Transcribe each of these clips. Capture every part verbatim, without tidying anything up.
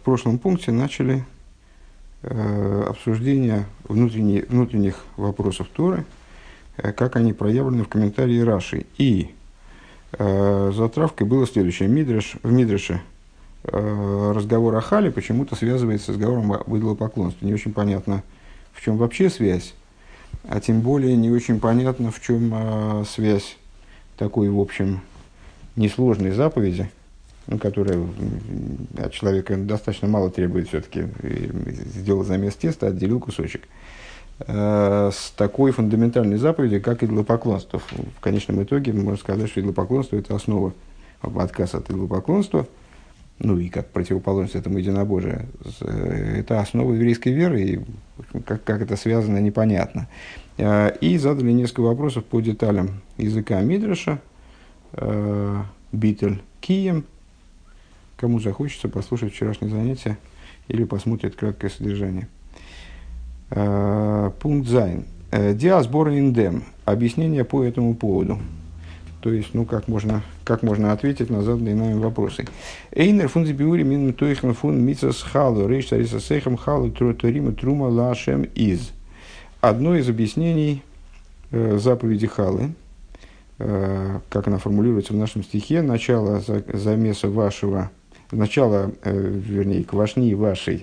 прошлом пункте начали э, обсуждение внутренне, внутренних вопросов Торы, э, как они проявлены в комментарии Раши. И э, затравкой было следующее. Мидраш, в Мидраше э, разговор о Хале почему-то связывается с разговором об идолопоклонстве. Не очень понятно, в чем вообще связь, а тем более не очень понятно, в чем э, связь такой, в общем, несложной заповеди, ну, которая от человека достаточно мало требует все-таки. Сделал замес теста, отделил кусочек. Э, с такой фундаментальной заповедью, как идолопоклонство. В конечном итоге можно сказать, что идолопоклонство – это основа, отказ от идолопоклонства, ну и как противоположность этому единобожию. Это основа еврейской веры, и как, как это связано, непонятно. Э, и задали несколько вопросов по деталям языка Мидраша, э, Битель Кием. Кому захочется послушать вчерашнее занятие или посмотрит краткое содержание. Uh, пункт Зайн. Диасбор индем. Объяснение по этому поводу. То есть, ну, как можно, как можно ответить на заданные нами вопросы. Эйнер фун зибиури мин тойхан фун митсас халу рейш тариса сейхам халу труторима трума лашем из. Одно из объяснений э, заповеди Халы, э, как она формулируется в нашем стихе, начало за, замеса вашего, начало, э, вернее, квашни вашей,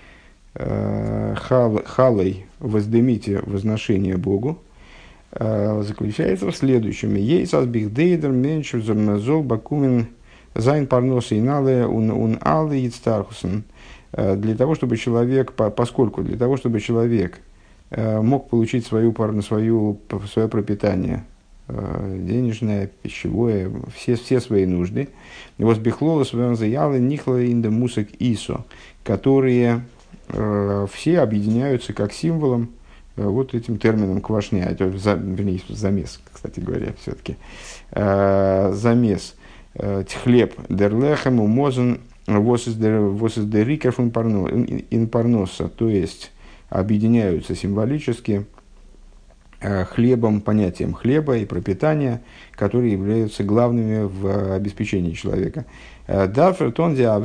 Хал, халой воздымите возношение Богу, заключается в следующем. Ей сазбих дейдер меньше зол бакумен зайн парноса инале ун ун алы ицтархусен. Для того, чтобы человек, поскольку для того, чтобы человек мог получить свою, свою, свое пропитание, денежное, пищевое, все, все свои нужды, возбихлола своем заялы нихла инда мусак исо, которые все объединяются как символом вот этим термином квашня, вернее, замес, кстати говоря, все-таки. Замес. Хлеб дерлехем умозен восис дерикер инпарноса, то есть объединяются символически хлебом, понятием хлеба и пропитания, которые являются главными в обеспечении человека. Он для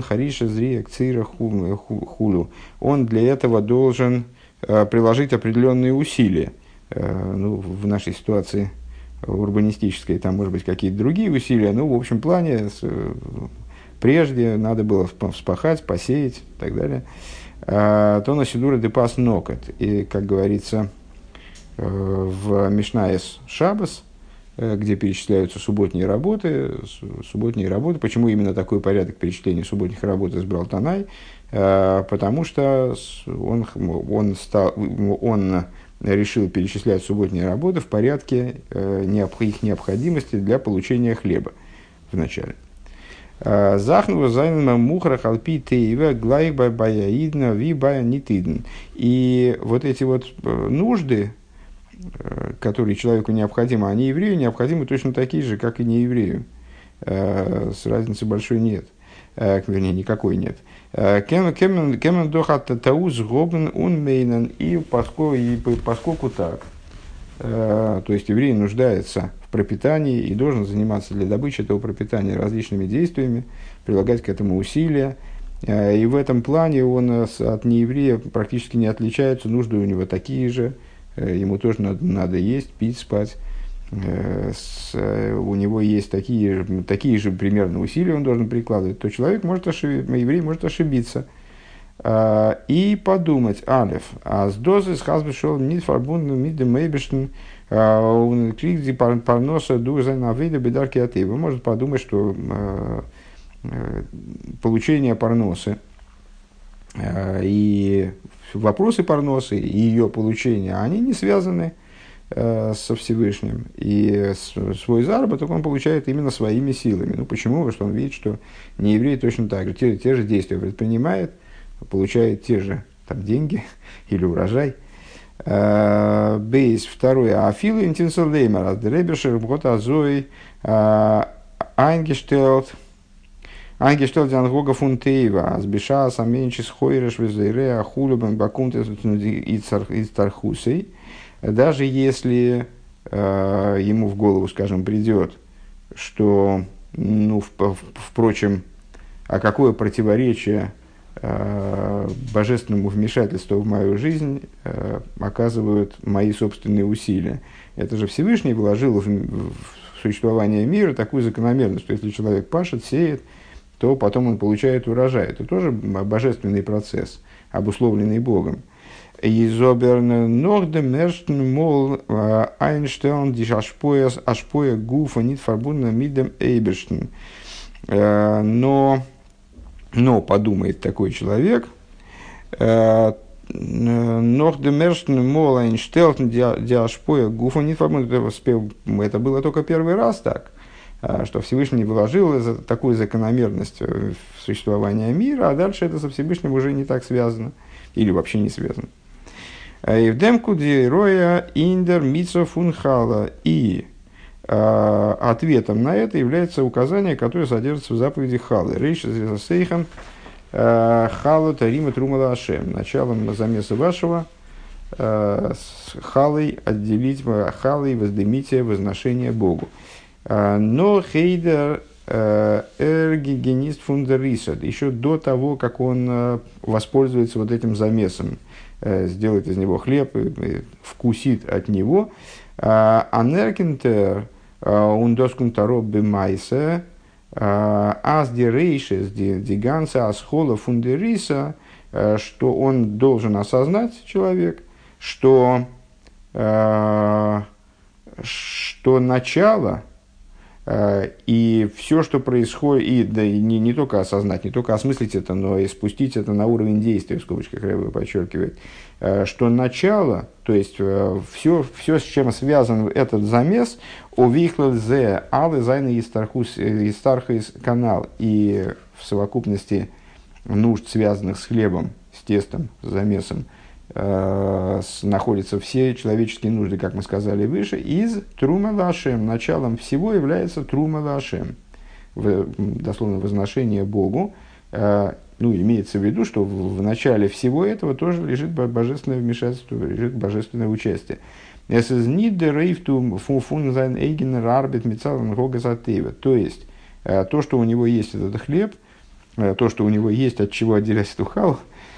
этого должен приложить определенные усилия. Ну, в нашей ситуации урбанистической там, может быть, какие-то другие усилия, но в общем плане прежде надо было вспахать, посеять и так далее. То на сидура де пас нокот. И, как говорится, в Мишнаес Шабас, где перечисляются субботние работы, субботние работы. Почему именно такой порядок перечисления субботних работ избрал Танай? Потому что он, он, стал, он решил перечислять субботние работы в порядке их необходимости для получения хлеба вначале. Захнува зайнма мухра халпи теива глайба баяидна ви бая нитидн. И вот эти вот нужды, которые человеку необходимы, они еврею необходимы точно такие же, как и не еврею. С разницы большой нет. Вернее, никакой нет. Кемен дохат тауз гобн ун мейнен. И поскольку так, то есть еврей нуждается в пропитании и должен заниматься для добычи этого пропитания различными действиями, прилагать к этому усилия. И в этом плане он от нееврея практически не отличается, нужды у него такие же. Ему тоже надо, надо есть, пить, спать. С, у него есть такие, такие же примерно усилия, он должен прикладывать. То человек может ошибиться, еврей может ошибиться и подумать: алеф, а с дозы с хазбешол нит фарбунду мидем мейбешн крикзи парноса дуза на виде бедарки от его. Может подумать, что получение парносы и вопросы парносы и ее получение, они не связаны э, со Всевышним. И с, свой заработок он получает именно своими силами. Ну почему? Потому что он видит, что нееврей точно так же, те, те же действия предпринимает, получает те же там, деньги или урожай. Бейс, второе. Афилу интенсилеймер, адребешер, вот азой, айнгештелт, Ангештелт Ангога фунтеева, сбеша саменчис хойреш везере ахулюбен бакунтес ицархусей. Даже если э, ему в голову, скажем, придет, что, ну, в, в, впрочем, а какое противоречие э, божественному вмешательству в мою жизнь э, оказывают мои собственные усилия. Это же Всевышний вложил в, в существование мира такую закономерность, что если человек пашет, сеет, то потом он получает урожай. Это тоже божественный процесс, обусловленный Богом. Изоберн нордем мерштен мол Айнштейн диш ашпоя ашпоя гуфа нит фарбунна мидем эйберштен. Но, но, подумает такой человек, нордем мерштен мол Айнштейн диш ашпоя гуфа нит фарбунна. Это было только первый раз так, что Всевышний вложил такую закономерность в существование мира, а дальше это со Всевышним уже не так связано, или вообще не связано. И в демку роя индер митсо фунхала. И э, ответом на это является указание, которое содержится в заповеди Халы. Рейш сейхан Халу тарима трумала ашем. Началом замеса вашего э, с Халой отделить Халой воздымите возношение Богу. Но хейдер эргигенист фундерисад. Еще до того, как он воспользуется вот этим замесом, сделает из него хлеб и вкусит от него. Анеркентер ундоскунтаро бемайсе аз дирейшес диганса асхола фундериса, что он должен осознать, человек, что, что начало и все, что происходит, и, да, и не, не только осознать, не только осмыслить это, но и спустить это на уровень действия, в скобочках Ребе подчеркивает, что начало, то есть все, все, с чем связан этот замес, увихло зе алы зайны истархус канал, и в совокупности нужд, связанных с хлебом, с тестом, с замесом, находятся все человеческие нужды, как мы сказали выше, из Трума Лашем. Началом всего является Трума Лашем, дословно возношение Богу. Ну, имеется в виду, что в начале всего этого тоже лежит божественное вмешательство, лежит божественное участие. То есть, то, что у него есть этот хлеб, то, что у него есть, от чего отделять эту халу,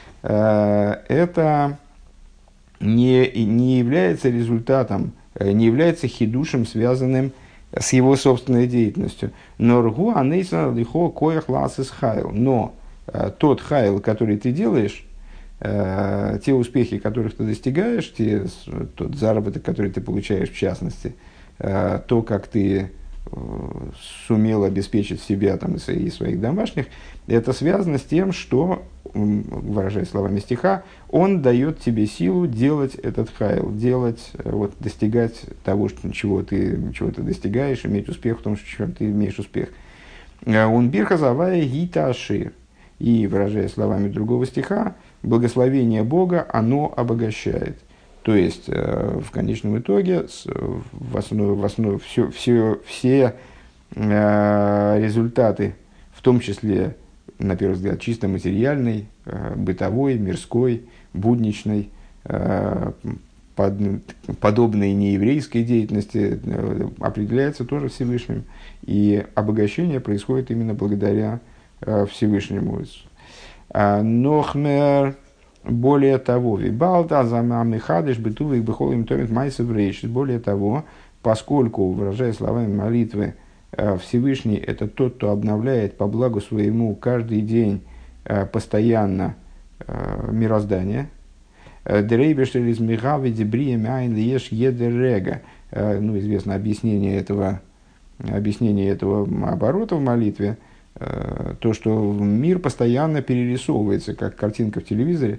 это не, не является результатом, не является хидушем, связанным с его собственной деятельностью. Но ргу анейса лихо коях ласис хайл. Но тот хайл, который ты делаешь, те успехи, которых ты достигаешь, те, тот заработок, который ты получаешь в частности, то, как ты сумел обеспечить себя там, и своих домашних, это связано с тем, что, выражаясь словами стиха, он дает тебе силу делать этот хайл, делать, вот, достигать того, что, чего, ты, чего ты достигаешь, иметь успех в том, в чем ты имеешь успех. Он бирха завая гита ашир. И, выражаясь словами другого стиха, благословение Бога, оно обогащает. То есть, э, в конечном итоге, с, в основе, в основе все, все, все э, результаты, в том числе, на первый взгляд, чисто материальной, э, бытовой, мирской, будничной, э, под, подобной нееврейской деятельности, э, определяется тоже Всевышним. И обогащение происходит именно благодаря э, Всевышнему. Нохмер... Более того, вибалта замамихадыш бытувых бихолим томит майсов рейш. Более того, поскольку, выражая словами молитвы, Всевышний – это тот, кто обновляет по благу своему каждый день постоянно мироздание. Дрейбештер из мигави дебрия мяйн лиеш едерега. Ну, известно объяснение этого, объяснение этого оборота в молитве. То, что мир постоянно перерисовывается, как картинка в телевизоре,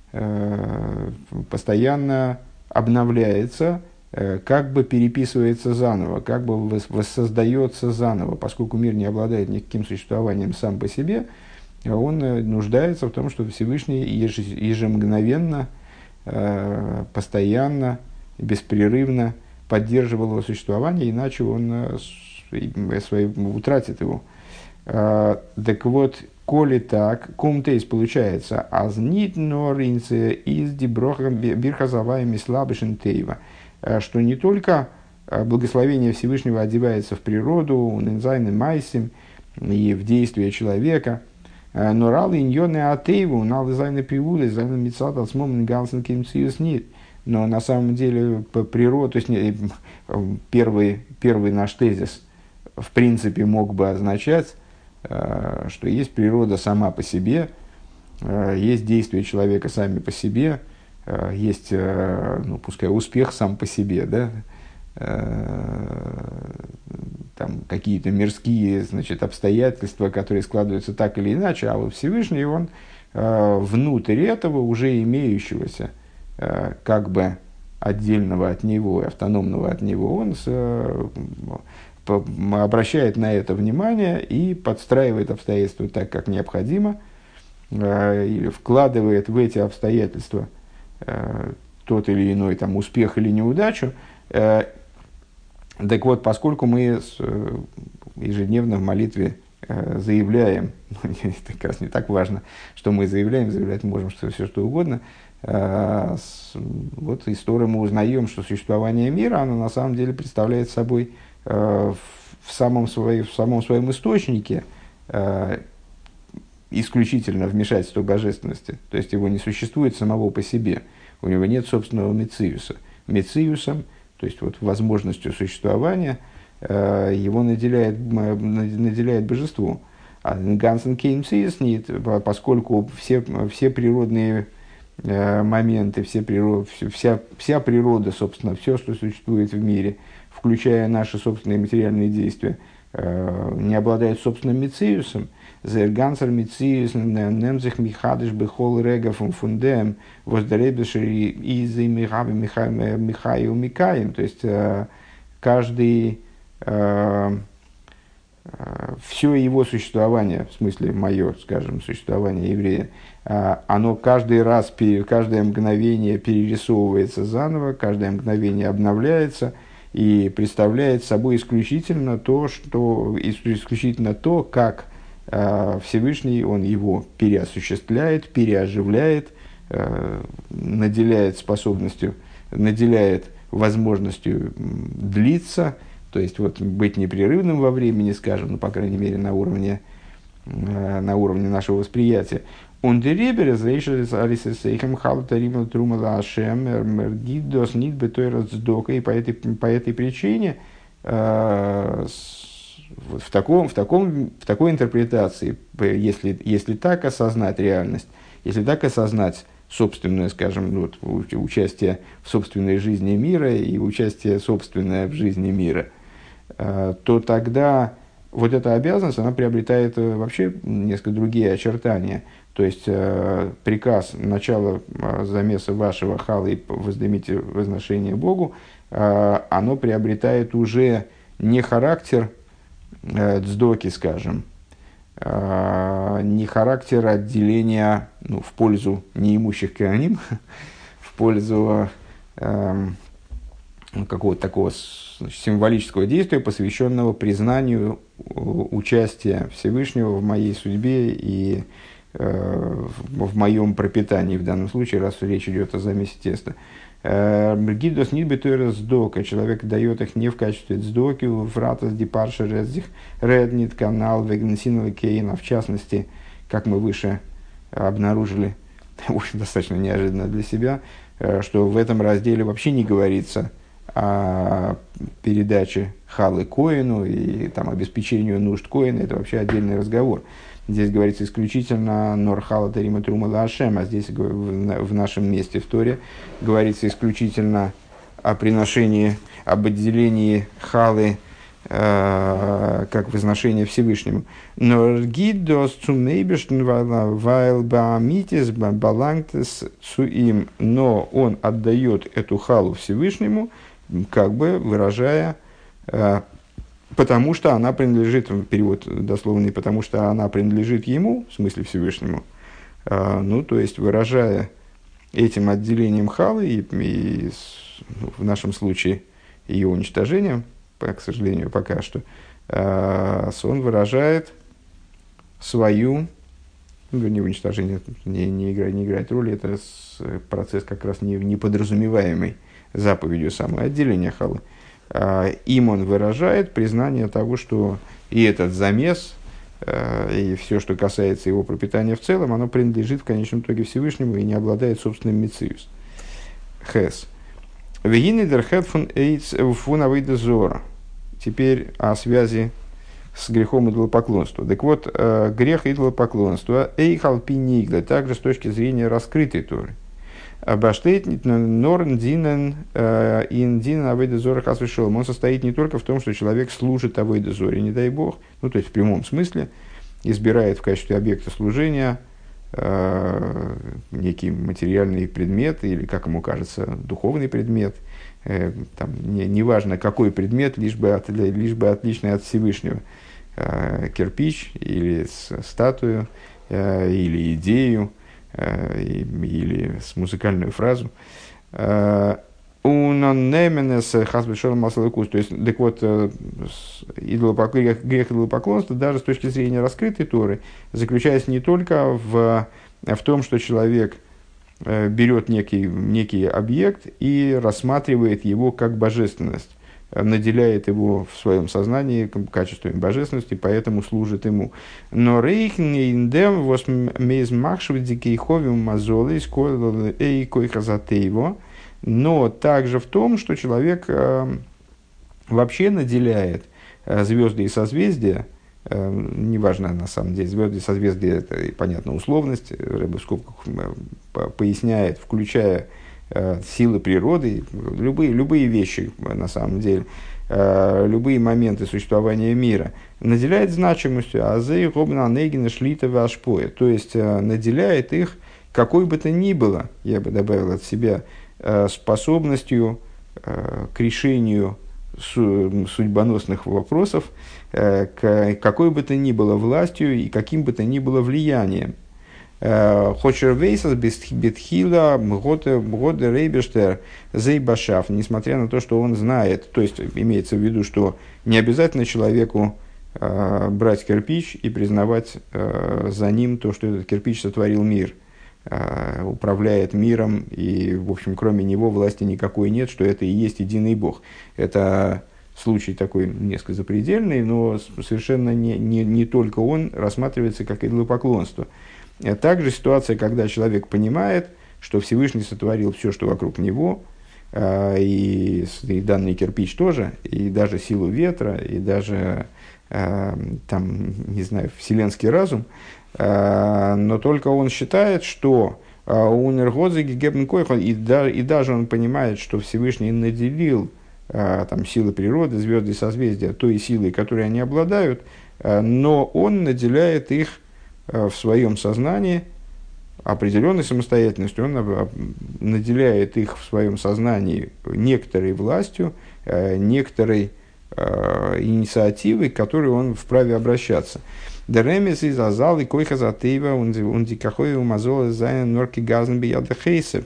постоянно обновляется, как бы переписывается заново, как бы воссоздается заново, поскольку мир не обладает никаким существованием сам по себе, он нуждается в том, чтобы Всевышний ежемгновенно, постоянно, беспрерывно поддерживал его существование, иначе он утратит его. Uh, так вот, коли так, кумтейс получается, азнит норинце из деброхам бирхазаваями слабышен тейва, что не только благословение Всевышнего одевается в природу, нензайны майсим и в действие человека, Норал иньоне атееву, нал зайна пиули, зайна митцат ацмом нгансен кимциюс нет. Но на самом деле по природе, то есть первый, первый наш тезис в принципе мог бы означать, что есть природа сама по себе, есть действия человека сами по себе, есть, ну, пускай успех сам по себе, да, там какие-то мирские, значит, обстоятельства, которые складываются так или иначе, а вот Всевышний, он внутрь этого уже имеющегося, как бы отдельного от него, автономного от него, он с, по, обращает на это внимание и подстраивает обстоятельства так, как необходимо, или вкладывает в эти обстоятельства тот или иной там, успех или неудачу. Так вот, поскольку мы ежедневно в молитве заявляем, это как раз не так важно, что мы заявляем, заявлять можем что, все что угодно, вот из Торы мы узнаем, что существование мира, оно на самом деле представляет собой в самом, своей, в самом своем источнике исключительно вмешательство божественности, то есть его не существует самого по себе, у него нет собственного мециуса. Мециусом, то есть вот возможностью существования, его наделяет, наделяет божество. А Гансен Кеймсиес нет, поскольку все, все природные моменты, все природ, вся, вся природа, собственно, все, что существует в мире, включая наши собственные материальные действия, не обладает собственным мециусом. Зергансер мециус немзих михадыш бехол регафом фундем воздаребешери из михави михаю микаем. То есть каждый, все его существование, в смысле мое, скажем, существование еврея, оно каждый раз, каждое мгновение перерисовывается заново, каждое мгновение обновляется и представляет собой исключительно то, что, исключительно то, как Всевышний, он его переосуществляет, переоживляет, наделяет способностью, наделяет возможностью длиться, то есть вот, быть непрерывным во времени, скажем, ну, по крайней мере, на уровне, на уровне нашего восприятия. Он дерибер разрешил алисесейхем халатарима трумала ашем мергидос нит бетойрат сдока, и по этой, по этой причине вот в, таком, в, таком, в такой интерпретации, если, если так осознать реальность, если так осознать собственное, скажем, ну, вот, участие в собственной жизни мира и участие собственное в жизни мира, то тогда вот эта обязанность, она приобретает вообще несколько другие очертания. То есть приказ начала замеса вашего халы воздымите возношение Богу, оно приобретает уже не характер цдоки, скажем, не характер отделения, ну, в пользу неимущих коаним, в пользу э, какого-то такого, значит, символического действия, посвященного признанию участия Всевышнего в моей судьбе и э, в, в моем пропитании в данном случае, раз речь идет о замесе теста. Гидос нит бетойра сдока. Человек дает их не в качестве сдоки, фратас дипарша редзих реднит канал вегнсиновый кейн, а в частности, как мы выше обнаружили, очень достаточно неожиданно для себя, что в этом разделе вообще не говорится о передаче халы коину и там, обеспечению нужд коина. Это вообще отдельный разговор. Здесь говорится исключительно «Норхала тарима трума лашем», а здесь в нашем месте в Торе говорится исключительно о приношении, об отделении халы э, как возношение Всевышнему. Но гидос цумейбештн вайл баамитис балангтес цуим, но он отдает эту халу Всевышнему, как бы выражая, э, потому что она принадлежит, перевод дословный, потому что она принадлежит ему, в смысле Всевышнему, э, ну, то есть выражая этим отделением халы и, и ну, в нашем случае ее уничтожением, к сожалению, пока что, э, он выражает свою, ну, не уничтожение, не, не, играет, не играет роли, это процесс как раз не, не подразумеваемый заповедью самого отделения халы. Им он выражает признание того, что и этот замес, и все, что касается его пропитания в целом, оно принадлежит в конечном итоге Всевышнему и не обладает собственным мециус. Хес. Вегинидер хэт фун эйц фун авейда зора. Теперь о связи с грехом идолопоклонства. Так вот, грех идолопоклонства эйхал пинигла, также с точки зрения раскрытой Торы. Баштейт норн динен ин динен авейда зора хас вишелом. Он состоит не только в том, что человек служит авейда зоре, не дай бог, ну то есть в прямом смысле, избирает в качестве объекта служения э, некий материальный предмет или, как ему кажется, духовный предмет, э, там, не, неважно какой предмет, лишь бы, от, лишь бы отличный от Всевышнего, э, кирпич или с, статую, э, или идею, э, или с музыкальную фразу. Э, То есть, так вот, идолопоклонство, грех идолопоклонства, даже с точки зрения раскрытой Торы, заключается не только в, в том, что человек берет некий, некий объект и рассматривает его как божественность, наделяет его в своем сознании качествами божественности, поэтому служит ему. Но рейхнейндем восмейзмахшвидикейховим мазолы скойлы эйкойхазатейво. Но также в том, что человек э, вообще наделяет э, звезды и созвездия, э, неважно на самом деле, звезды и созвездия, это, понятно, условность, Рэбе в скобках э, поясняет, включая э, силы природы, любые, любые вещи, на самом деле, э, любые моменты существования мира, наделяет значимостью, азей гобна нейгина шлита вашпоя, то есть э, наделяет их какой бы то ни было, я бы добавил от себя, способностью э, к решению су- судьбоносных вопросов, э, к какой бы то ни было властью и каким бы то ни было влиянием. Хочервейсас бетхила мгоде рейбештер зейбашав, несмотря на то, что он знает, то есть имеется в виду, что не обязательно человеку э, брать кирпич и признавать э, за ним то, что этот кирпич сотворил мир, управляет миром, и, в общем, кроме него власти никакой нет, что это и есть единый Бог. Это случай такой несколько запредельный, но совершенно не, не, не только он рассматривается как идолопоклонство. Также ситуация, когда человек понимает, что Всевышний сотворил все, что вокруг него, и, и данный кирпич тоже, и даже силу ветра, и даже, там, не знаю, вселенский разум, но только он считает, что у Нергодзеги Гебнкойхон, и даже он понимает, что Всевышний наделил там, силы природы, звезды и созвездия той силой, которой они обладают, но он наделяет их в своем сознании определенной самостоятельностью, он наделяет их в своем сознании некоторой властью, некоторой инициативой, к которой он вправе обращаться. Деремес из азал и койха затеева он дикахой умазола зайн норки газн бияда хейсев.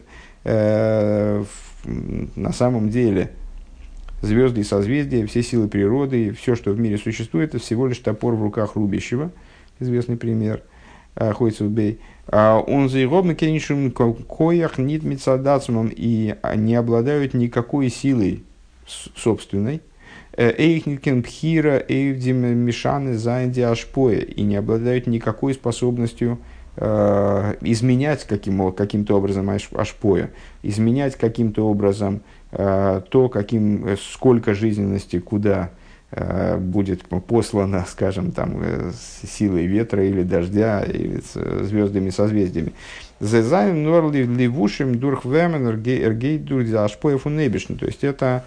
На самом деле звезды и созвездия, все силы природы, все, что в мире существует, это всего лишь топор в руках рубящего. Известный пример. Хойцев бей. Он заиробно кенишум коях нит мицадацумом и не обладают никакой силой собственной. Эйхникен пхира эйвдим мишаны зайнди ашпоя и не обладают никакой способностью э, изменять каким, каким-то образом ашпоя, изменять каким-то образом э, то, каким, сколько жизненности куда э, будет послано, скажем, там, э, силой ветра или дождя, или с звездами, созвездиями. Зезайн норли ливушим дурхвемен эргей дурдя ашпоя фунебишн. То есть это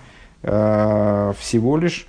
всего лишь,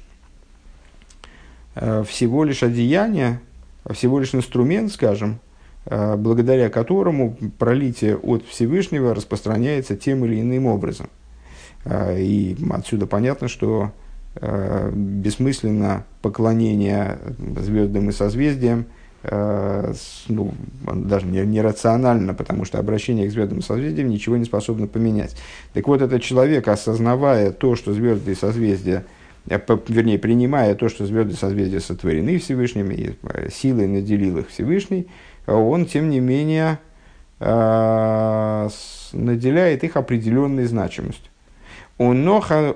всего лишь одеяние, всего лишь инструмент, скажем, благодаря которому пролитие от Всевышнего распространяется тем или иным образом. И отсюда понятно, что бессмысленно поклонение звездам и созвездиям, ну, даже нерационально, потому что обращение к звездам и созвездиям ничего не способно поменять. Так вот, этот человек, осознавая то, что звезды и созвездия, вернее, принимая то, что звезды и созвездия сотворены Всевышним, и силой наделил их Всевышний, он, тем не менее, наделяет их определенной значимостью. Он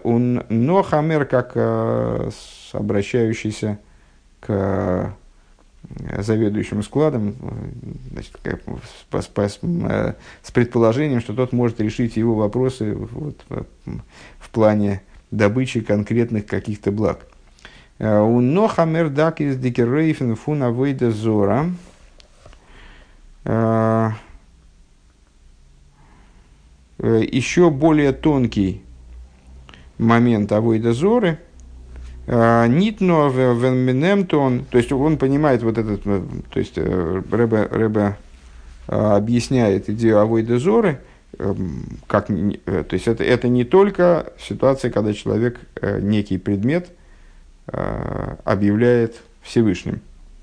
нохамер, как обращающийся к заведующим складом, значит, как, с, с, с предположением, что тот может решить его вопросы вот, в плане добычи конкретных каких-то благ. У Нохамер дак из дикерейфен фун авейда зора. Еще более тонкий момент авейда зоры. Нитно венминемтон, то есть он понимает вот этот, то есть Ребе, Ребе объясняет идею авойда зоры, как, то есть это, это не только ситуация, когда человек некий предмет объявляет Всевышним,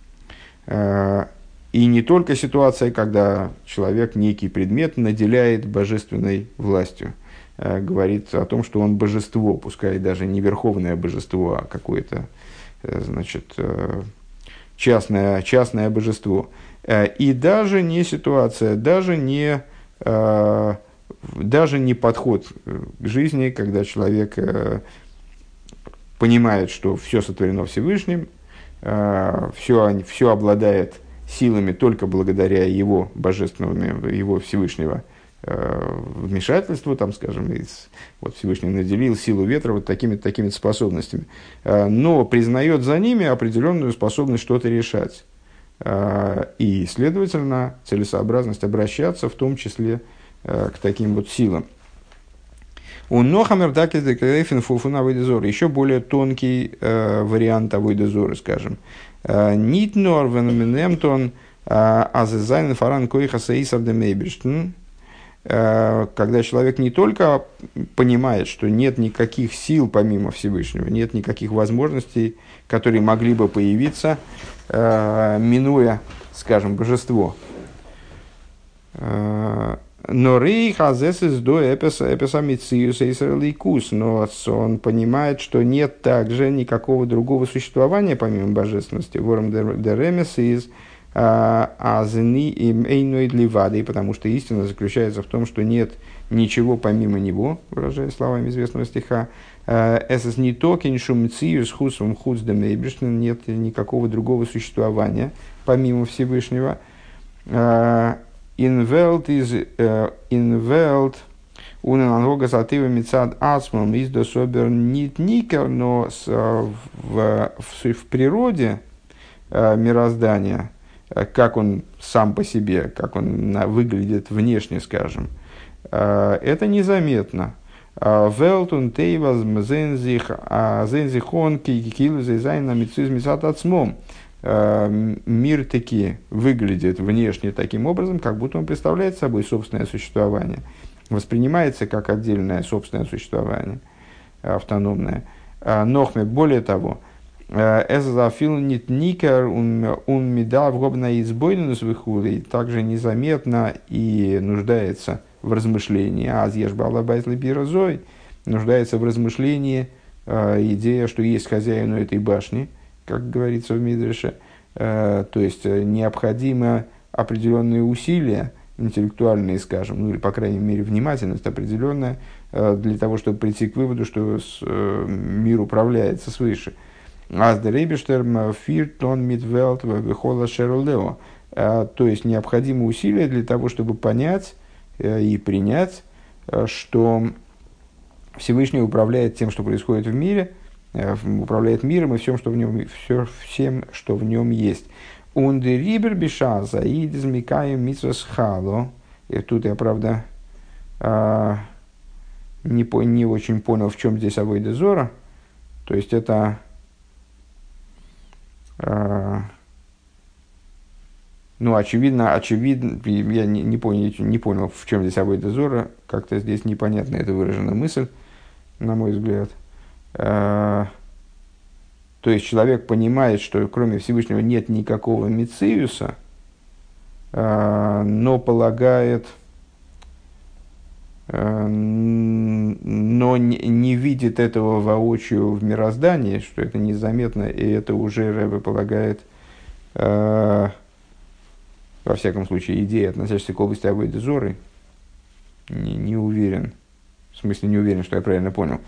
и не только ситуация, когда человек некий предмет наделяет божественной властью, говорит о том, что он божество, пускай даже не верховное божество, а какое-то, значит, частное, частное божество. И даже не ситуация, даже не, даже не подход к жизни, когда человек понимает, что все сотворено Всевышним, все, все обладает силами только благодаря его божественному, его Всевышнего вмешательству, там, скажем, из, вот Всевышний наделил силу ветра вот такими-то такими способностями, но признает за ними определенную способность что-то решать. И, следовательно, целесообразность обращаться в том числе к таким вот силам. У Нохамер дакис декрейфен фуфуна авойдезор. Еще более тонкий вариант авойдезоры, скажем. Нитнор веноминемтон азезайн фаран койха саисав демейберштен. Когда человек не только понимает, что нет никаких сил помимо Всевышнего, нет никаких возможностей, которые могли бы появиться, минуя, скажем, божество. Но рейх азесис до эписамициус эйсерликус, но он понимает, что нет также никакого другого существования помимо божественности. Вором деремес из азни им эйноид ливады, потому что истина заключается в том, что нет ничего помимо него, выражая словами известного стиха. Эсэс не токин шумциюс хусум худсдем эйбришн, нет никакого другого существования помимо Всевышнего. Инвелт из инвелт унен ангога сатива мицад асмом из дособер нит никер, но в, в, в природе мироздания, как он сам по себе, как он выглядит внешне, скажем, это незаметно. Велтун тейваз мзензих зензихон кикилу зейзайн на мицуз мицат ацмом. Мир таки выглядит внешне таким образом, как будто он представляет собой собственное существование, воспринимается как отдельное собственное существование, автономное. Нохме, более того, также незаметно и нуждается в размышлении, нуждается в размышлении идея, что есть хозяин у этой башни, как говорится в Мидреше, то есть необходимо определенные усилия, интеллектуальные, скажем, ну или, по крайней мере, внимательность определенная, для того, чтобы прийти к выводу, что мир управляется свыше. Аз де рейбештерм фиртон митвелт вехола шерлео. То есть необходимо усилия для того, чтобы понять и принять, что Всевышний управляет тем, что происходит в мире, управляет миром и всем, что в нем, все, всем, что в нем есть. Унде рибер бешаза и дизмикаем митсвас хало. И тут я, правда, не, по, не очень понял, в чем здесь авойда зора. То есть это... Ну, очевидно, очевидно, я не, не, понял, не понял, в чем здесь авойда зора, как-то здесь непонятно эта выражена мысль, на мой взгляд. То есть человек понимает, что кроме Всевышнего нет никакого мециуса, но полагает, но не, не видит этого воочию в мироздании, что это незаметно, и это уже Ребе полагает, э, во всяком случае, идея, относящаяся к области авойда зоры, не, не уверен, в смысле не уверен, что я правильно понял.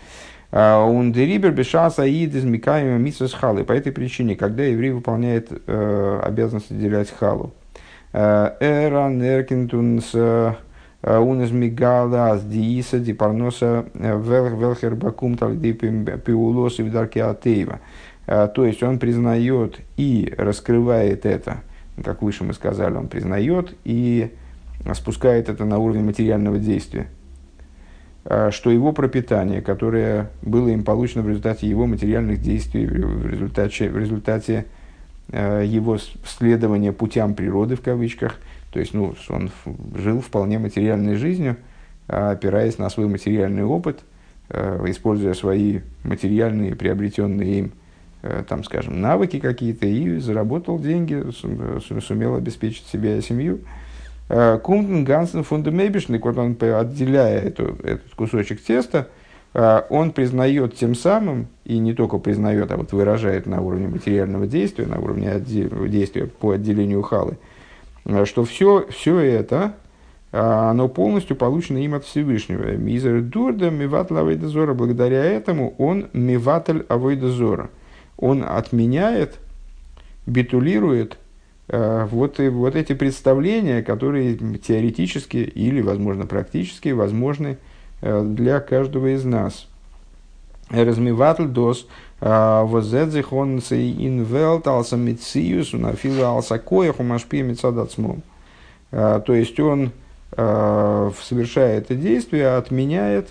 Ундерибер бешаса ид из микаема митсвас халы. По этой причине, когда еврей выполняет э, обязанность отделять халу. Эран эркинтунс унес мигала с дииса дипарноса велхер бакум талди пиулос и вдарки атеева. То есть он признает и раскрывает это, как выше мы сказали, он признает и спускает это на уровень материального действия, что его пропитание, которое было им получено в результате его материальных действий, в результате, в результате э, его следования путям природы, в кавычках, то есть ну, он жил вполне материальной жизнью, опираясь на свой материальный опыт, э, используя свои материальные, приобретенные им, э, там, скажем, навыки какие-то, и заработал деньги, сумел обеспечить себя и семью. Кумтен Гансен фундамейбишник, вот он, отделяя эту, этот кусочек теста, он признает тем самым, и не только признает, а вот выражает на уровне материального действия, на уровне отде- действия по отделению халы, что все, все это, оно полностью получено им от Всевышнего. Мизер дурда миват авойдазора. Благодаря этому он миватель авойдазора. Он отменяет, битулирует Вот, и, вот эти представления, которые теоретически или, возможно, практически возможны для каждого из нас. Размиватль дос возэдзихонцы инвелт алсамициус унафила алсакоях умашпи мецадацмом. То есть он, совершая это действие, отменяет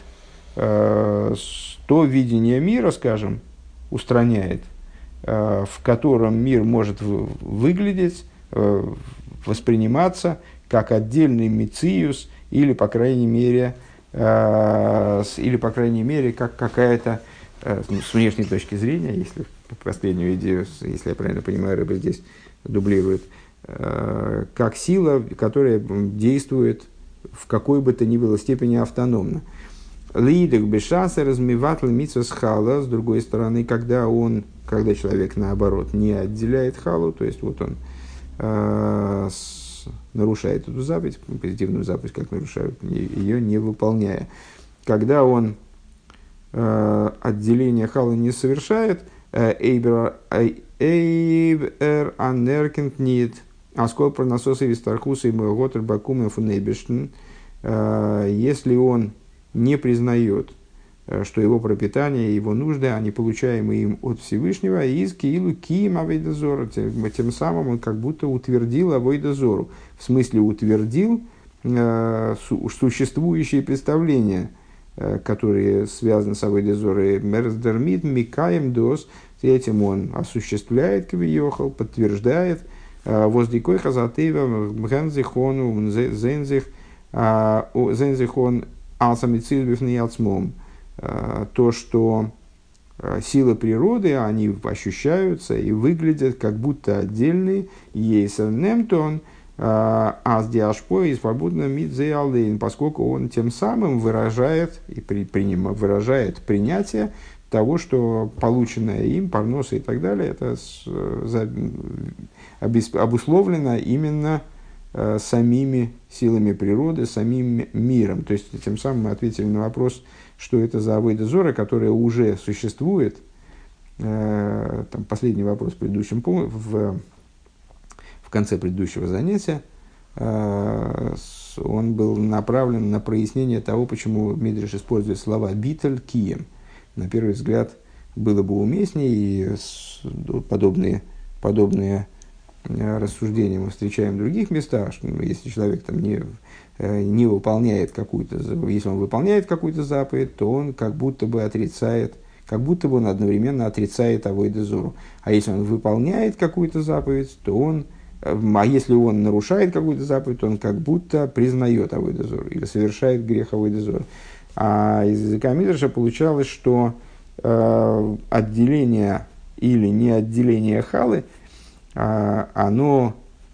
то видение мира, скажем, устраняет, в котором мир может выглядеть, восприниматься как отдельный мециус или, по крайней мере, или, по крайней мере, как какая-то, ну, с внешней точки зрения, если последнюю идею, если я правильно понимаю, Рыба здесь дублирует, как сила, которая действует в какой бы то ни было степени автономно. Лидек бешаса размиватл митсвас хала, с другой стороны, когда он, когда человек, наоборот, не отделяет халу, то есть вот он э, с, нарушает эту заповедь, позитивную заповедь, как нарушают, ее не выполняя. Когда он э, отделение халы не совершает, эйбер анеркент нит, аскол пронасоса вистархуса и мэготер бакума фунейбештен, если он не признает, что его пропитание, его нужды, они получаемые им от Всевышнего, из киилу киим авейдазора, тем самым он как будто утвердил авейдазору, в смысле утвердил э, существующие представления, э, которые связаны с авейдазорой, мерздермит микаем дос, этим он осуществляет кавиохал, подтверждает, воздикой хазатева мгензихону зензих зензихон алсамицизбифниялцмом, то, что силы природы, они ощущаются и выглядят как будто отдельные, ейсернемтон, аз диашпо и свободно мидзеалдейн, поскольку он тем самым выражает, и при, приним, выражает принятие того, что полученное им, парноса и так далее, это с, за, обес, обусловлено именно э, самими силами природы, самим миром. То есть, тем самым мы ответили на вопрос, что это за авойда зора, которая уже существует. Э, там последний вопрос в предыдущем в, в конце предыдущего занятия. Э, он был направлен на прояснение того, почему Мидриш использует слова «битель кием». На первый взгляд, было бы уместнее, и подобные, подобные рассуждения мы встречаем в других местах, что если человек там не, не выполняет какую-то, если он выполняет какую-то заповедь, то он как будто бы отрицает, как будто бы он одновременно отрицает авойда зору. А если он выполняет какую-то заповедь, то он, а если он нарушает какую-то заповедь, то он как будто признает авойда зору или совершает грех авойда зору. А из языка Мидраша получалось, что э, отделение или не отделение халы, э, оно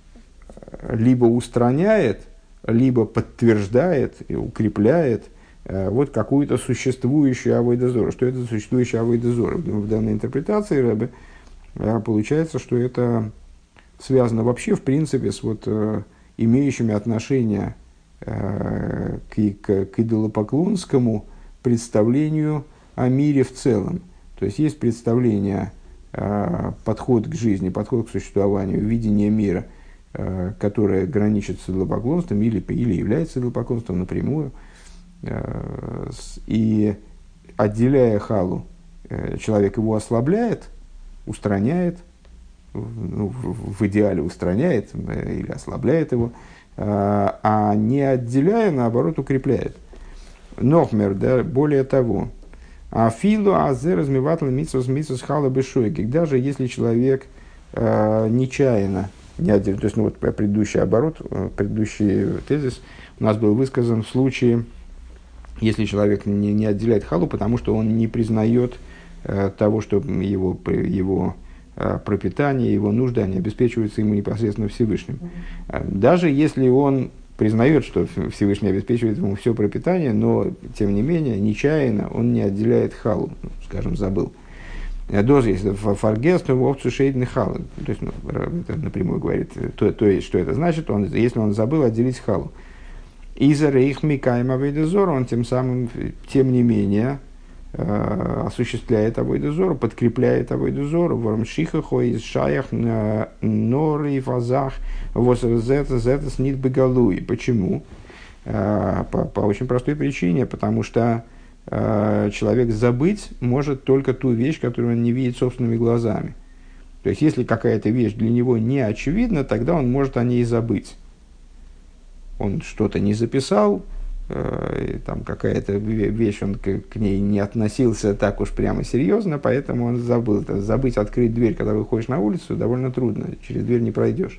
либо устраняет, либо подтверждает и укрепляет э, вот какую-то существующую авойда зора. Что это существующая авойда зора? В данной интерпретации Ребе э, получается, что это связано вообще в принципе с вот, э, имеющими отношение к, к, к идолопоклонскому представлению о мире в целом. То есть есть представление, подход к жизни, подход к существованию, видение мира, которое граничит с идолопоклонством или, или является идолопоклонством напрямую. И отделяя халу, человек его ослабляет, устраняет, ну, в, в идеале устраняет или ослабляет его, а не отделяя, наоборот, укрепляет. Нохмер, да, более того, афилу азе размеватла митсус митсус хала бешойки. Даже если человек э, нечаянно не отделяет, то есть, ну вот предыдущий оборот, предыдущий тезис у нас был высказан в случае, если человек не, не отделяет халу, потому что он не признает э, того, что его, его э, пропитание, его нужды, они обеспечиваются ему непосредственно Всевышним. Mm-hmm. Даже если он признает, что Всевышний обеспечивает ему все пропитание, но, тем не менее, нечаянно он не отделяет халу, ну, скажем, забыл. Доза есть фаргесну опцию шейдный халу. То есть, ну, это напрямую говорит, то, то есть, что это значит, он, если он забыл отделить халу. Из-за рейх микаем авейдозора, он тем самым, тем не менее, э, осуществляет авейдозору, подкрепляет авейдозору, вормшиха хой из шаях норы и фазах, воззета зета снит бегалуи. Почему? Э, по, по очень простой причине, потому что э, человек забыть может только ту вещь, которую он не видит собственными глазами. То есть, если какая-то вещь для него не очевидна, тогда он может о ней забыть. Он что-то не записал, э, там какая-то вещь, он к, к ней не относился так уж прямо серьезно, поэтому он забыл. Это, забыть открыть дверь, когда выходишь на улицу, довольно трудно, через дверь не пройдешь.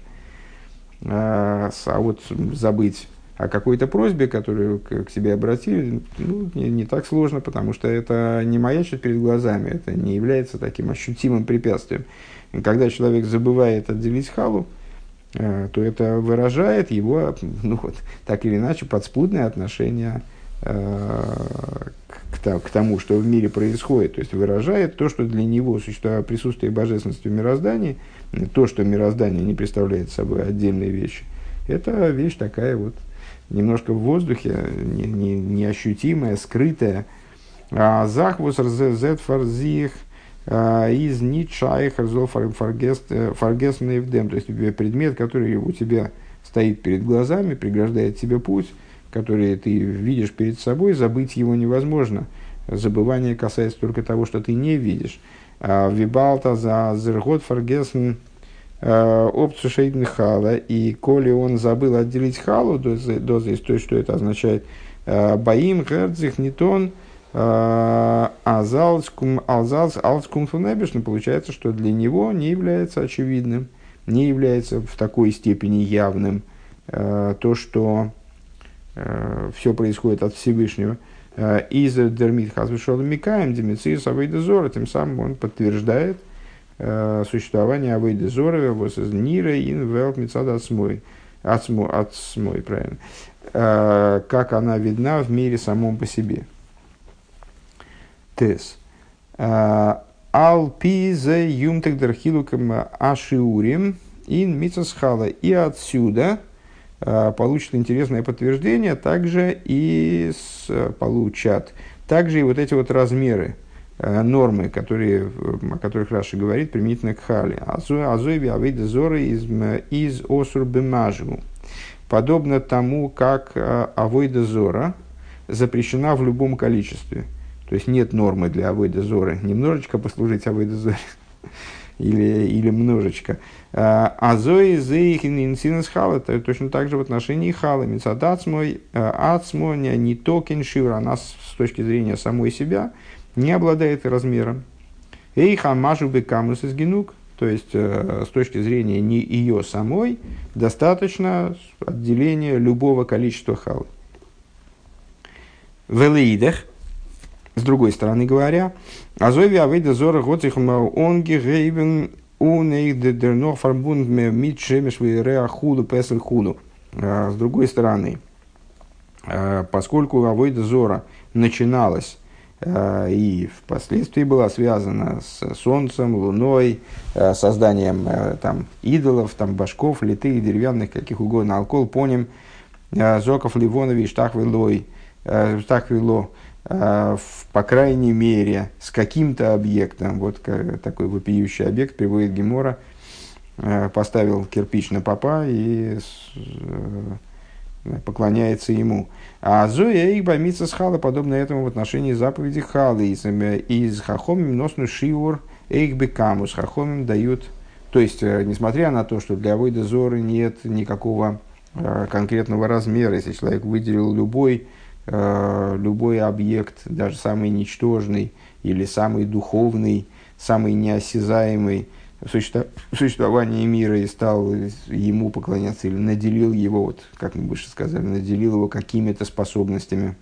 А, а вот забыть о какой-то просьбе, которую к, к себе обратили, ну, не, не так сложно, потому что это не маячит перед глазами, это не является таким ощутимым препятствием. И когда человек забывает отделить халу, то это выражает его, ну, вот, так или иначе, подспудное отношение э, к, к тому, что в мире происходит. То есть выражает то, что для него существует присутствие божественности в мироздании, то, что мироздание не представляет собой отдельные вещи. Это вещь такая вот, немножко в воздухе, не, не, неощутимая, скрытая. А захвус рзет фарзих из нитшайх рзол фаргесный вдем, то есть предмет, который у тебя стоит перед глазами, преграждает тебе путь, который ты видишь перед собой, забыть его невозможно. Забывание касается только того, что ты не видишь. Вибалта за зергот фаргесн опцию шейдн хала, и коли он забыл отделить халу, доза, то есть что это означает, баим герцих нитон Алзалскум фунебишн, получается, что для него не является очевидным, не является в такой степени явным э, то, что э, все происходит от Всевышнего. Из дермит хазвешол микаем демициус авейдезора, тем самым он подтверждает э, существование авейдезора воз из нира ин велт мицад ацмой, ацмой, правильно, э, как она видна в мире самом по себе. Тес. Алпизе юмтек хилукам ашиурим ин митсасхала. И отсюда uh, получит интересное подтверждение, также и с, получат, также и вот эти вот размеры, uh, нормы, которые, о которых Раши говорит, применительно к хале. Азойви авейда зоры из осур бемажу. Подобно тому, как uh, авейда зора запрещена в любом количестве. То есть нет нормы для авойда зоры. Немножечко послужить авойда зоре. или, или множечко. Азои зейхин инсинес хала. Точно так же в отношении хала. Мицадацмой ацмо не токен шивра. Она с точки зрения самой себя не обладает размером. Эйха мажу бекамус из генук. То есть с точки зрения не ее самой достаточно отделения любого количества халы. Велеидах. С другой стороны говоря, азови авейда зора готихм онги гейбен унейх дернох фарбунд мит шемеш вейреа худу песель худу. С другой стороны, поскольку авейда зора начиналась и впоследствии была связана с солнцем, луной, созданием там, идолов, там, башков, литых, деревянных, каких угодно, алкол, поним, зоков, ливонови, штахвилой, штахвило, в, по крайней мере, с каким-то объектом, вот такой вопиющий объект приводит Гемора, поставил кирпич на попа и поклоняется ему. А Зоя их бомится с хала, подобно этому в отношении заповеди халы. Из, из хахомим носну шиур эйх бекамус. Хахомим дают, то есть, несмотря на то, что для авойда зоры нет никакого э, конкретного размера, если человек выделил любой, э, любой объект, даже самый ничтожный или самый духовный, самый неосязаемый в существовании мира и стал ему поклоняться или наделил его, вот, как мы выше сказали, наделил его какими-то способностями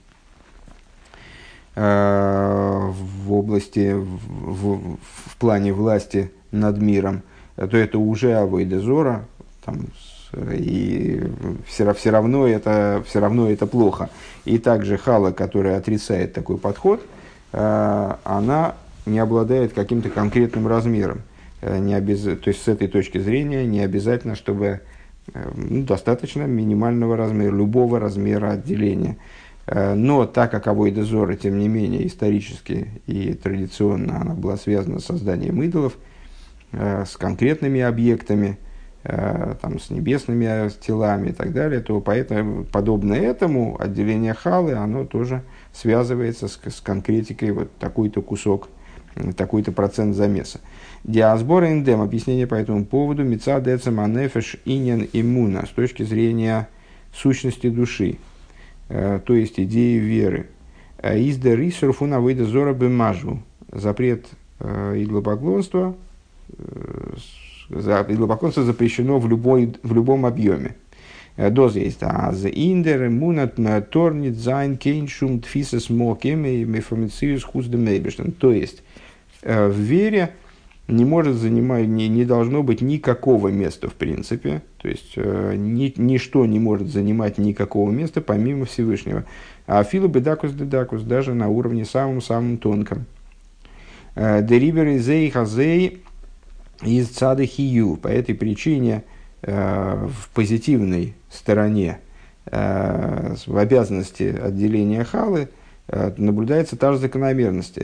э, в области, в, в, в плане власти над миром, то это уже авойда зора, там, и все, все, равно это, все равно это плохо. И также хала, которая отрицает такой подход, э, она не обладает каким-то конкретным размером. Не обяз... То есть, с этой точки зрения, не обязательно, чтобы ну, достаточно минимального размера, любого размера отделения. Но так как авойда зора, тем не менее, исторически и традиционно она была связана с созданием идолов, с конкретными объектами, там, с небесными телами и так далее, то поэтому, подобно этому, отделение халы, оно тоже связывается с, с конкретикой, вот такой-то кусок, такой-то процент замеса. Диасбор индем, объяснение по этому поводу, мица децем анефеш иньян иммуна, с точки зрения сущности души, э, то есть идеи веры. Из де рисурфу на выйда зора бемажу, запрет э, идолопоклонства, э, за, идолопоклонство запрещено в, любой, в любом объеме. Доз есть, а за индер иммунат торнит зайн кейншум тфисес мокем и мефомициус хуздемейбештен, то есть э, в вере не может занимать, не, не должно быть никакого места в принципе, то есть э, ни, ничто не может занимать никакого места помимо Всевышнего. А филу бедакус дедакус, даже на уровне самым-самым тонком. Дерибер зей хазей из цады хию. По этой причине э, в позитивной стороне, э, в обязанности отделения халы, наблюдается та же закономерность.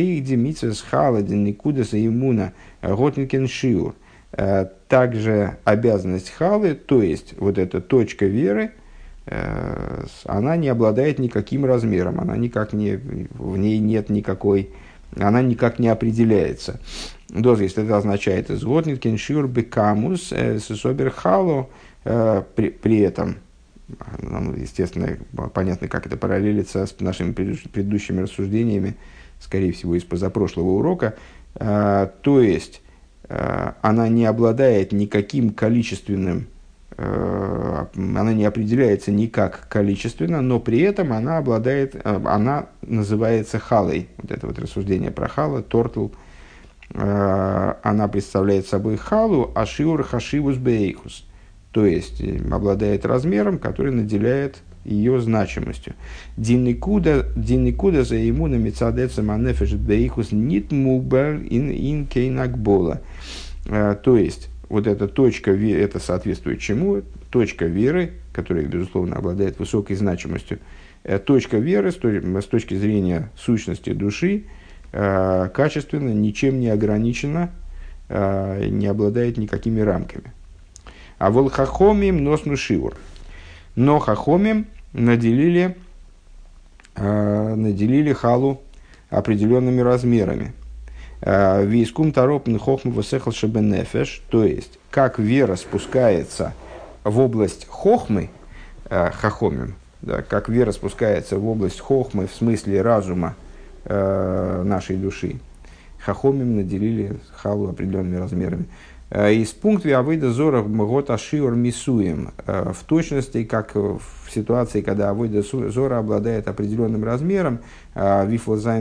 Также обязанность халы, то есть вот эта точка веры, она не обладает никаким размером, она никак не, в ней нет никакой, она никак не определяется. Даже если это означает «изгоднит кеншир бекамус сесобер халу», при этом, нам, естественно, понятно, как это параллелится с нашими предыдущими рассуждениями, скорее всего, из позапрошлого урока. То есть, она не обладает никаким количественным, она не определяется никак количественно, но при этом она обладает, она называется халой. Вот это вот рассуждение про хала, тортл, она представляет собой халу, ашиур хашивус бейхус. То есть, обладает размером, который наделяет ее значимостью. Динникуда за ему на мецадеца манефеш бейхус нит мубер ин ин кейнакбола. То есть, вот эта точка, это соответствует чему? Точка веры, которая, безусловно, обладает высокой значимостью. Точка веры, с точки зрения сущности души, качественно, ничем не ограничена, не обладает никакими рамками. А вол хахомим носну шиур. Но хахомим наделили, э, наделили халу определенными размерами. Вискум таропн хохм васехал шебенефеш. То есть, как вера спускается в область хохмы, э, хахомим, да, как вера спускается в область хохмы в смысле разума э, нашей души. Хахомим наделили халу определенными размерами. Из пункта авойда зора гот ашиор мисуем, в точности, как в ситуации, когда авойда зора обладает определенным размером, вифлзайн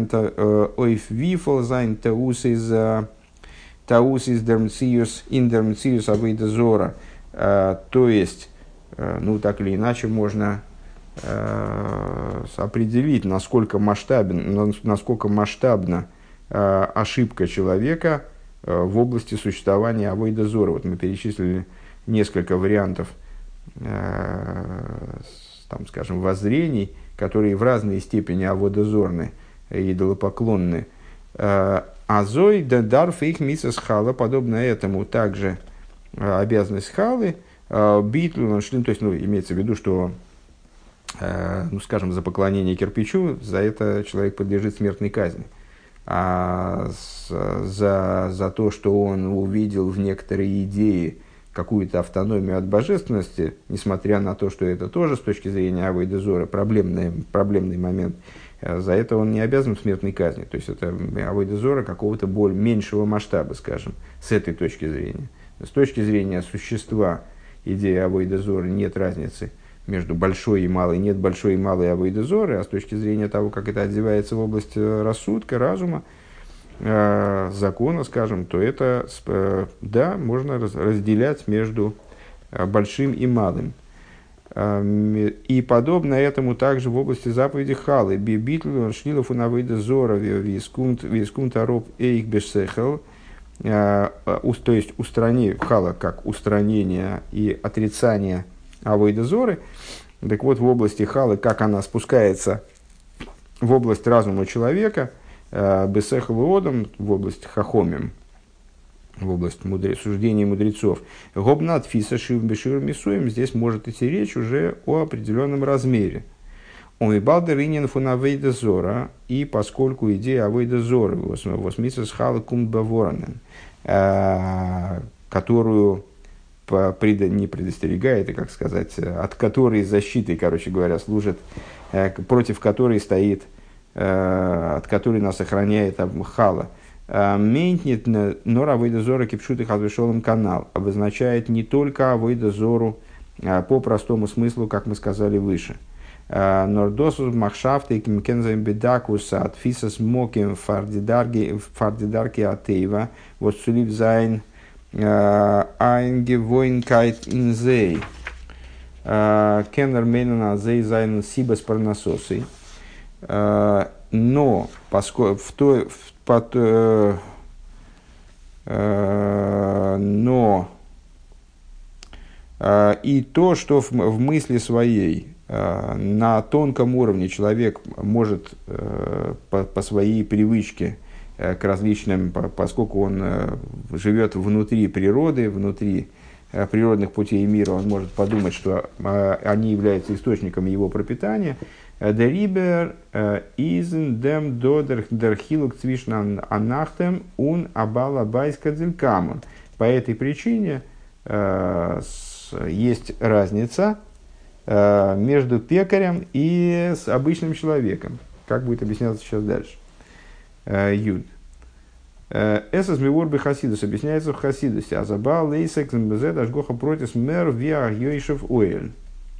таус из таус из дермциус ин дермциус авойда зора, то есть, ну так или иначе можно определить, насколько масштабен, насколько масштабна ошибка человека в области существования авойда зора. Вот мы перечислили несколько вариантов э, там, скажем, воззрений, которые в разной степени аводозорны, идолопоклонны. Азой дарф их мисас хала, подобно этому также обязанность халы, битлю, то есть, ну, имеется в виду, что, ну, скажем, за поклонение кирпичу, за это человек подлежит смертной казни. А за, за то, что он увидел в некоторые идеи какую-то автономию от божественности, несмотря на то, что это тоже с точки зрения авойда зора проблемный, проблемный момент, за это он не обязан смертной казни. То есть это авойда зора какого-то более меньшего масштаба, скажем, с этой точки зрения. С точки зрения существа идеи авойда зора нет разницы между большой и малой, нет большой и малой авойда зоры, а с точки зрения того, как это одевается в область рассудка, разума, э, закона, скажем, то это, э, да, можно раз, разделять между большим и малым. Э, и подобно этому также в области заповеди халы. Бибитл шлилов унавойда зора вискунт ароб эйх бешсехел. То есть устрани, хала как устранение и отрицание авойда зоры. Так вот, в области халы, как она спускается в область разума человека, бесехал и одам, в область хахомим, в область мудре, суждений мудрецов, гобнат фиса шив бешир мисуем, здесь может идти речь уже о определенном размере. Омибалдер инин фун авейда зора, и поскольку идея авейда зоры, восмисас хала кум баворанен, которую не предостерегает, и, как сказать, от которой защитой, короче говоря, служит, против которой стоит, от которой нас охраняет хала. Мейнтнет нор авойда зора кипшут и хазвешолом канал обозначает не только авойда зору по простому смыслу, как мы сказали выше. Нордосус махшафты кемкензаем бедакуса от фисас моким фардидарки атеева вот сулив зайн айнгевойнкайт инзей кеннер мейнана зей зайн сибас парнасосы. Но поскольку в той в, под, э, э, но э, и то, что в, в мысли своей э, на тонком уровне человек может э, по, по своей привычке э, к различным, по, поскольку он э, живет внутри природы, внутри э, природных путей мира, он может подумать, что э, они являются источником его пропитания. Дерибер изен дем додер дерхилук цвишнан анахтем ун абала байска дзелькамон. По этой причине э, с, есть разница э, между пекарем и с обычным человеком. Как будет объясняться сейчас дальше? Э, Юд. Эсэс миворбы хасидус объясняется в хасидусе. Азабал лейсек змбезет ашгоха протис мэр виа йойшев оэль.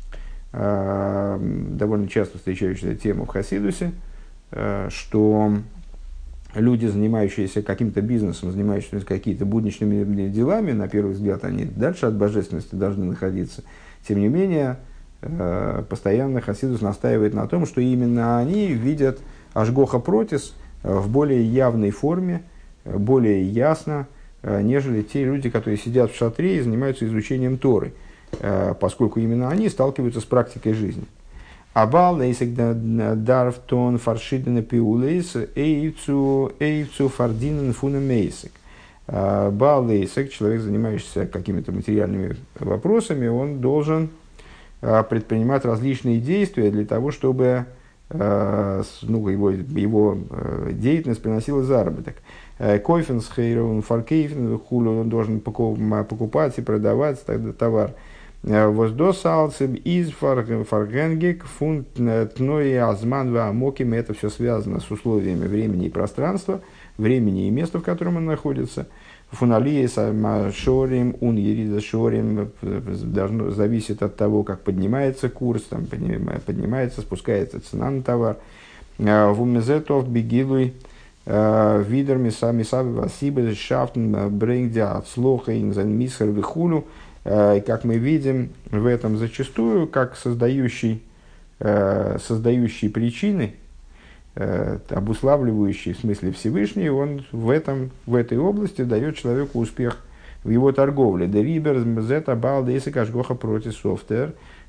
Довольно часто встречающаяся тема в Хасидусе, что люди, занимающиеся каким-то бизнесом, занимающиеся какими-то будничными делами, на первый взгляд, они дальше от божественности должны находиться. Тем не менее, постоянно Хасидус настаивает на том, что именно они видят ашгоха протис в более явной форме, более ясно, нежели те люди, которые сидят в шатре и занимаются изучением Торы, поскольку именно они сталкиваются с практикой жизни. Абал лейсек дарфтон фаршиден пиулейс эйцу эйцу фардинен фунемейсек. Бал лейсек, человек, занимающийся какими-то материальными вопросами, он должен предпринимать различные действия для того, чтобы ну, его, его деятельность приносила заработок. Койфенс, хейрон, фаркейфен, хулю, он должен покупать и продавать товар. Воздосалцем из фаргенгек фунт тной азман ваамоким. Это все связано с условиями времени и пространства, времени и места, в котором он находится. Фуналия шорим, ун ерида шорим, должно зависит от того, как поднимается курс, там, поднимается, спускается цена на товар. Вумезетов бегилуй видер мисами саби васибы шафтен брейндя от слоха инзан мисхер вихулю. Как мы видим в этом зачастую, как создающий, создающий причины, обуславливающий в смысле Всевышний, он в, этом, в этой области дает человеку успех в его торговле. Дерибер зета бал дейсек ашгоха против софтер.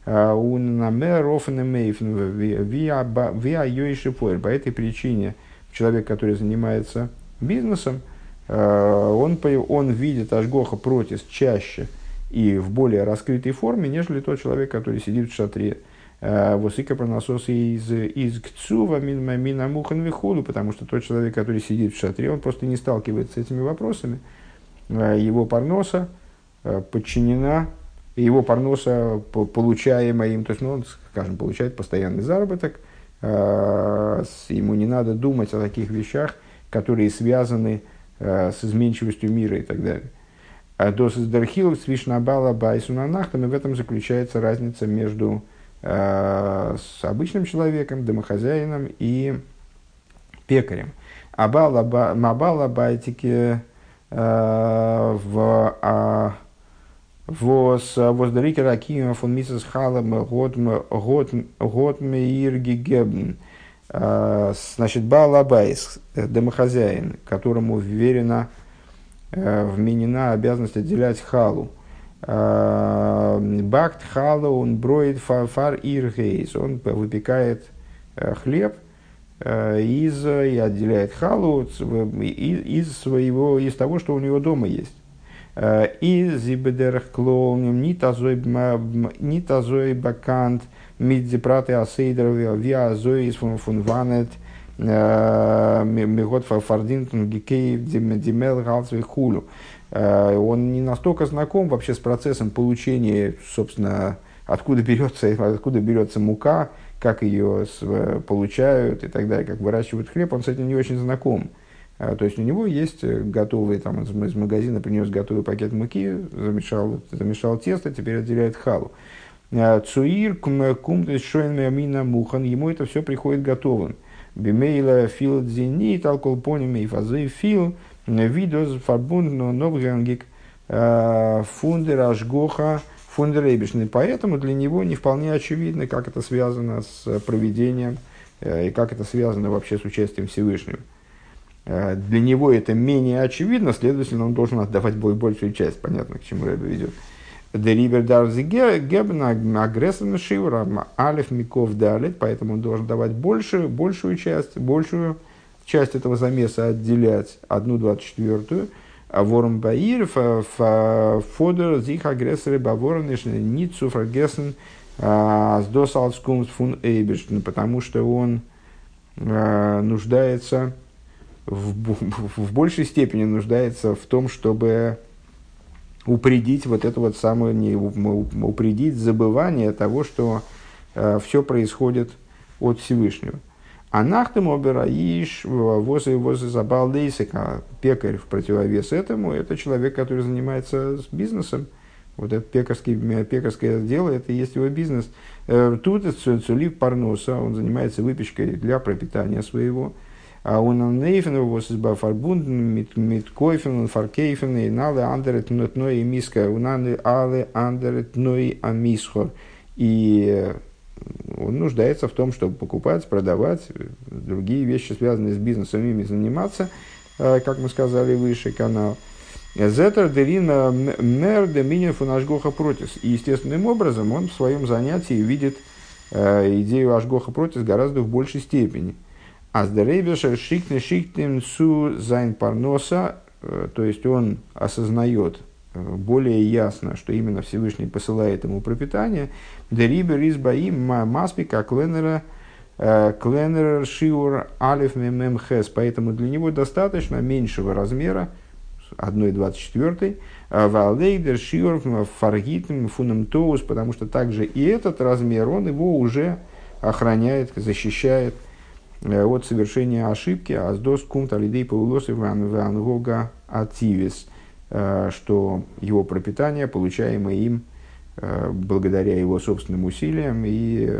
Он намер офенемейфен виа йойши поэр. По этой причине человек, который занимается бизнесом, он, он видит ашгоха протис чаще и в более раскрытой форме, нежели тот человек, который сидит в шатре. Восыка пронасос из из кцува минамухан вихолу, потому что тот человек, который сидит в шатре, он просто не сталкивается с этими вопросами. Его парноса подчинена, его парноса, получаемая им, то есть, ну, он, скажем, получает постоянный заработок, ему не надо думать о таких вещах, которые связаны с изменчивостью мира и так далее. Дос из Дархил свишнабала байсунанахтам, и в этом заключается разница между с обычным человеком, домохозяином и пекарем. Мабала байтики в воздарики ракима фон мисс халам готмеир гигебн. Значит, балабайс, домохозяин, которому вверена, вменена обязанность отделять халу. Бакт халу он броит фар иргейс, он выпекает хлеб из, и отделяет халу из своего, из того, что у него дома есть. Из зибедерх клоунем ни тазой бакант мидзипраты асейдер виа зои из фунванет мегот фардинтон гикей димел галцвей хулю. Он не настолько знаком вообще с процессом получения, собственно, откуда берется, откуда берется мука, как ее получают и так далее, как выращивают хлеб, он с этим не очень знаком. То есть у него есть готовый, там, из, из магазина принес готовый пакет муки, замешал, замешал тесто, теперь отделяет халу. Цуир кумтес шоен мина мухан, ему это все приходит готовым. Бимейла фил дзини талкол пониме и фазы фил видос фарбунд новгангик фундер ашгоха фундер эйбишный. Поэтому для него не вполне очевидно, как это связано с проведением и как это связано вообще с участием Всевышнего. Для него это менее очевидно, следовательно, он должен отдавать большую часть. Понятно, к чему Рэбе ведет. Дерибер дарзи гебна агрессорный шивра алиф миков далит, поэтому он должен давать больше, большую часть, большую часть этого замеса отделять, одну двадцать четвертую. А ворм баир фодер зих агрессоры баворниш ницу фрагесен с досалскумс фун эйбиш, потому что он нуждается В, в большей степени нуждается в том, чтобы упредить вот это вот самое, не, упредить забывание того, что э, все происходит от Всевышнего. А нахтем обираиш возы возы забал дейсика, пекарь в противовес этому, это человек, который занимается с бизнесом. Вот это пекарский, пекарское дело, это и есть его бизнес. Э, тут цулив парноса, он занимается выпечкой для пропитания своего. А он нейфен его с фарбунден mit койфен фаркейфен и нале андерет нотной миска унаны але андерет ной амисхор. И он нуждается в том, чтобы покупать, продавать другие вещи, связанные с бизнесом, ими заниматься, как мы сказали выше, канал. Зетер дерина мер доминин фун ашгоха протис. И естественным образом он в своем занятии видит идею ашгоха протис гораздо в большей степени. Аздерейбешер шикне шиктем су зайн парноса, то есть он осознает более ясно, что именно Всевышний посылает ему пропитание. Дерибер из баим маспика кленера кленер шиур алиф мем хес, поэтому для него достаточно меньшего размера, одна двадцать четвертая, валдейдер шиур фаргитм фунам тоус, потому что также и этот размер, он его уже охраняет, защищает от совершения ошибки, аздос кумт алидей паулос и вангога ативис, что его пропитание, получаемое им благодаря его собственным усилиям, и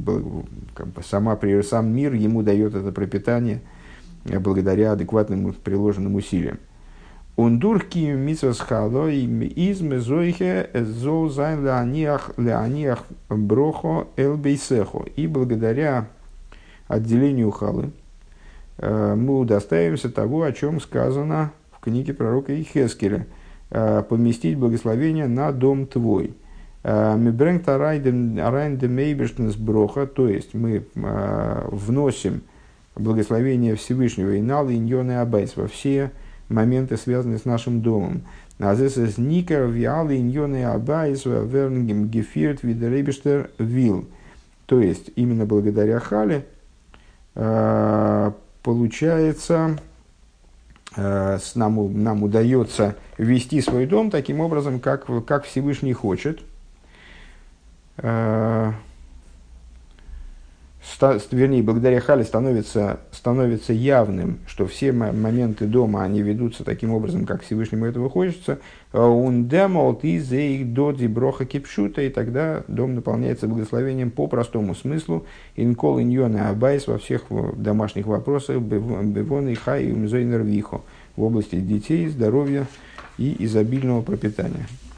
как бы, сама, сам мир ему дает это пропитание благодаря адекватным приложенным усилиям. Ундурки митсвас халой изме зойхе зол зайн леаниах леаниах брохо элбейсехо, и благодаря отделению халы мы удостаиваемся того, о чем сказано в книге пророка Ихескеля: поместить благословение на дом твой. Мибрэнг арайн де мейбештнес броха, то есть мы э, вносим благословение Всевышнего и налы иньоны абайс во все моменты, связанные с нашим домом. А здесь из никер виалы иньоны абайс вернгем гефирт видеребештер вил. То есть именно благодаря хале э, получается, э, нам, нам удается вести свой дом таким образом, как, как Всевышний хочет. Ста, вернее, благодаря хале становится, становится явным, что все моменты дома, они ведутся таким образом, как Всевышнему этого хочется. Он демолт из их доди броха кипшута, и тогда дом наполняется благословением по простому смыслу. Инкол иньона абайс во всех домашних вопросах бевон и хай и умзойнер вихо в области детей, здоровья и изобильного пропитания.